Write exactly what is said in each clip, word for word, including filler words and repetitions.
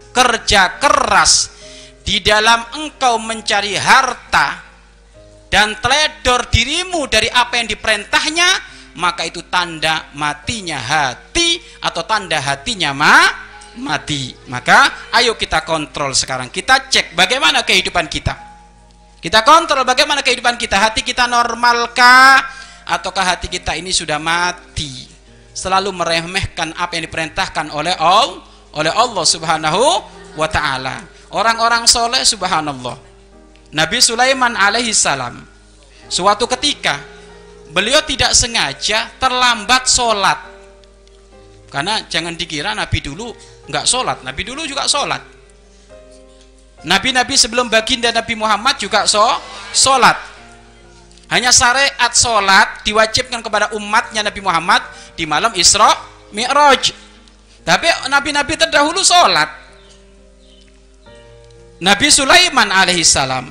kerja keras di dalam engkau mencari harta dan teledor dirimu dari apa yang diperintahnya, maka itu tanda matinya hati atau tanda hatinya ma mati. Maka ayo kita kontrol sekarang, kita cek bagaimana kehidupan kita, kita kontrol bagaimana kehidupan kita. Hati kita normalkah ataukah hati kita ini sudah mati, selalu meremehkan apa yang diperintahkan oleh Allah, oleh Allah Subhanahu wa ta'ala. Orang-orang soleh, subhanallah, Nabi Sulaiman alaihi salam, suatu ketika beliau tidak sengaja terlambat sholat. Karena jangan dikira Nabi dulu nggak sholat, Nabi dulu juga sholat. Nabi-nabi sebelum baginda Nabi Muhammad juga so, sholat. Hanya syariat sholat diwajibkan kepada umatnya Nabi Muhammad di malam Isra Mi'raj. Tapi nabi-nabi terdahulu sholat. Nabi Sulaiman alaihissalam,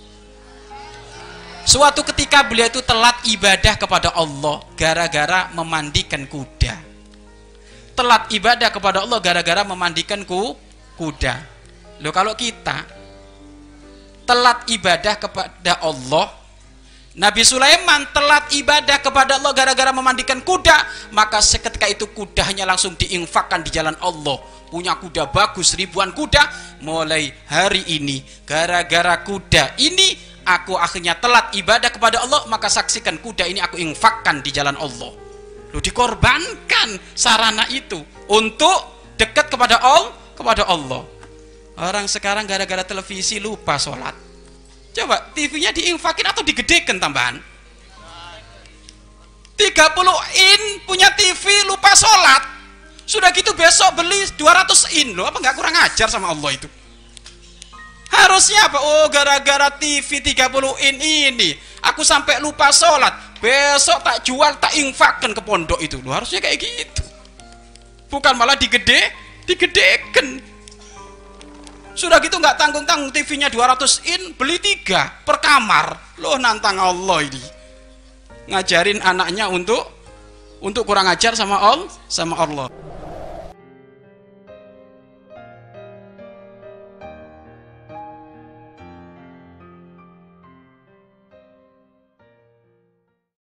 suatu ketika beliau itu telat ibadah kepada Allah gara-gara memandikan kuda. Telat ibadah kepada Allah gara-gara memandikan ku, kuda. Loh, kalau kita telat ibadah kepada Allah, Nabi Sulaiman telat ibadah kepada Allah gara-gara memandikan kuda, maka seketika itu kudanya langsung diinfakkan di jalan Allah. Punya kuda bagus, ribuan kuda. Mulai hari ini gara-gara kuda ini aku akhirnya telat ibadah kepada Allah, maka saksikan kuda ini aku infakkan di jalan Allah. Loh, dikorbankan sarana itu untuk dekat kepada Allah, kepada Allah. Orang sekarang gara-gara televisi lupa sholat. Coba T V-nya diinfakin atau digedekan tambahan? tiga puluh in punya T V lupa sholat. Sudah gitu besok beli dua ratus in. Loh, apa nggak kurang ajar sama Allah itu? Harusnya apa? Oh, gara-gara T V tiga puluh in ini aku sampai lupa sholat. Besok tak jual, tak infakkan ke pondok itu. Loh, harusnya kayak gitu. Bukan malah digede, digedekan. Sudah gitu nggak tanggung-tanggung, T V-nya dua ratus in, beli tiga per kamar. Loh, nantang Allah ini. Ngajarin anaknya untuk untuk kurang ajar sama Allah, sama Allah.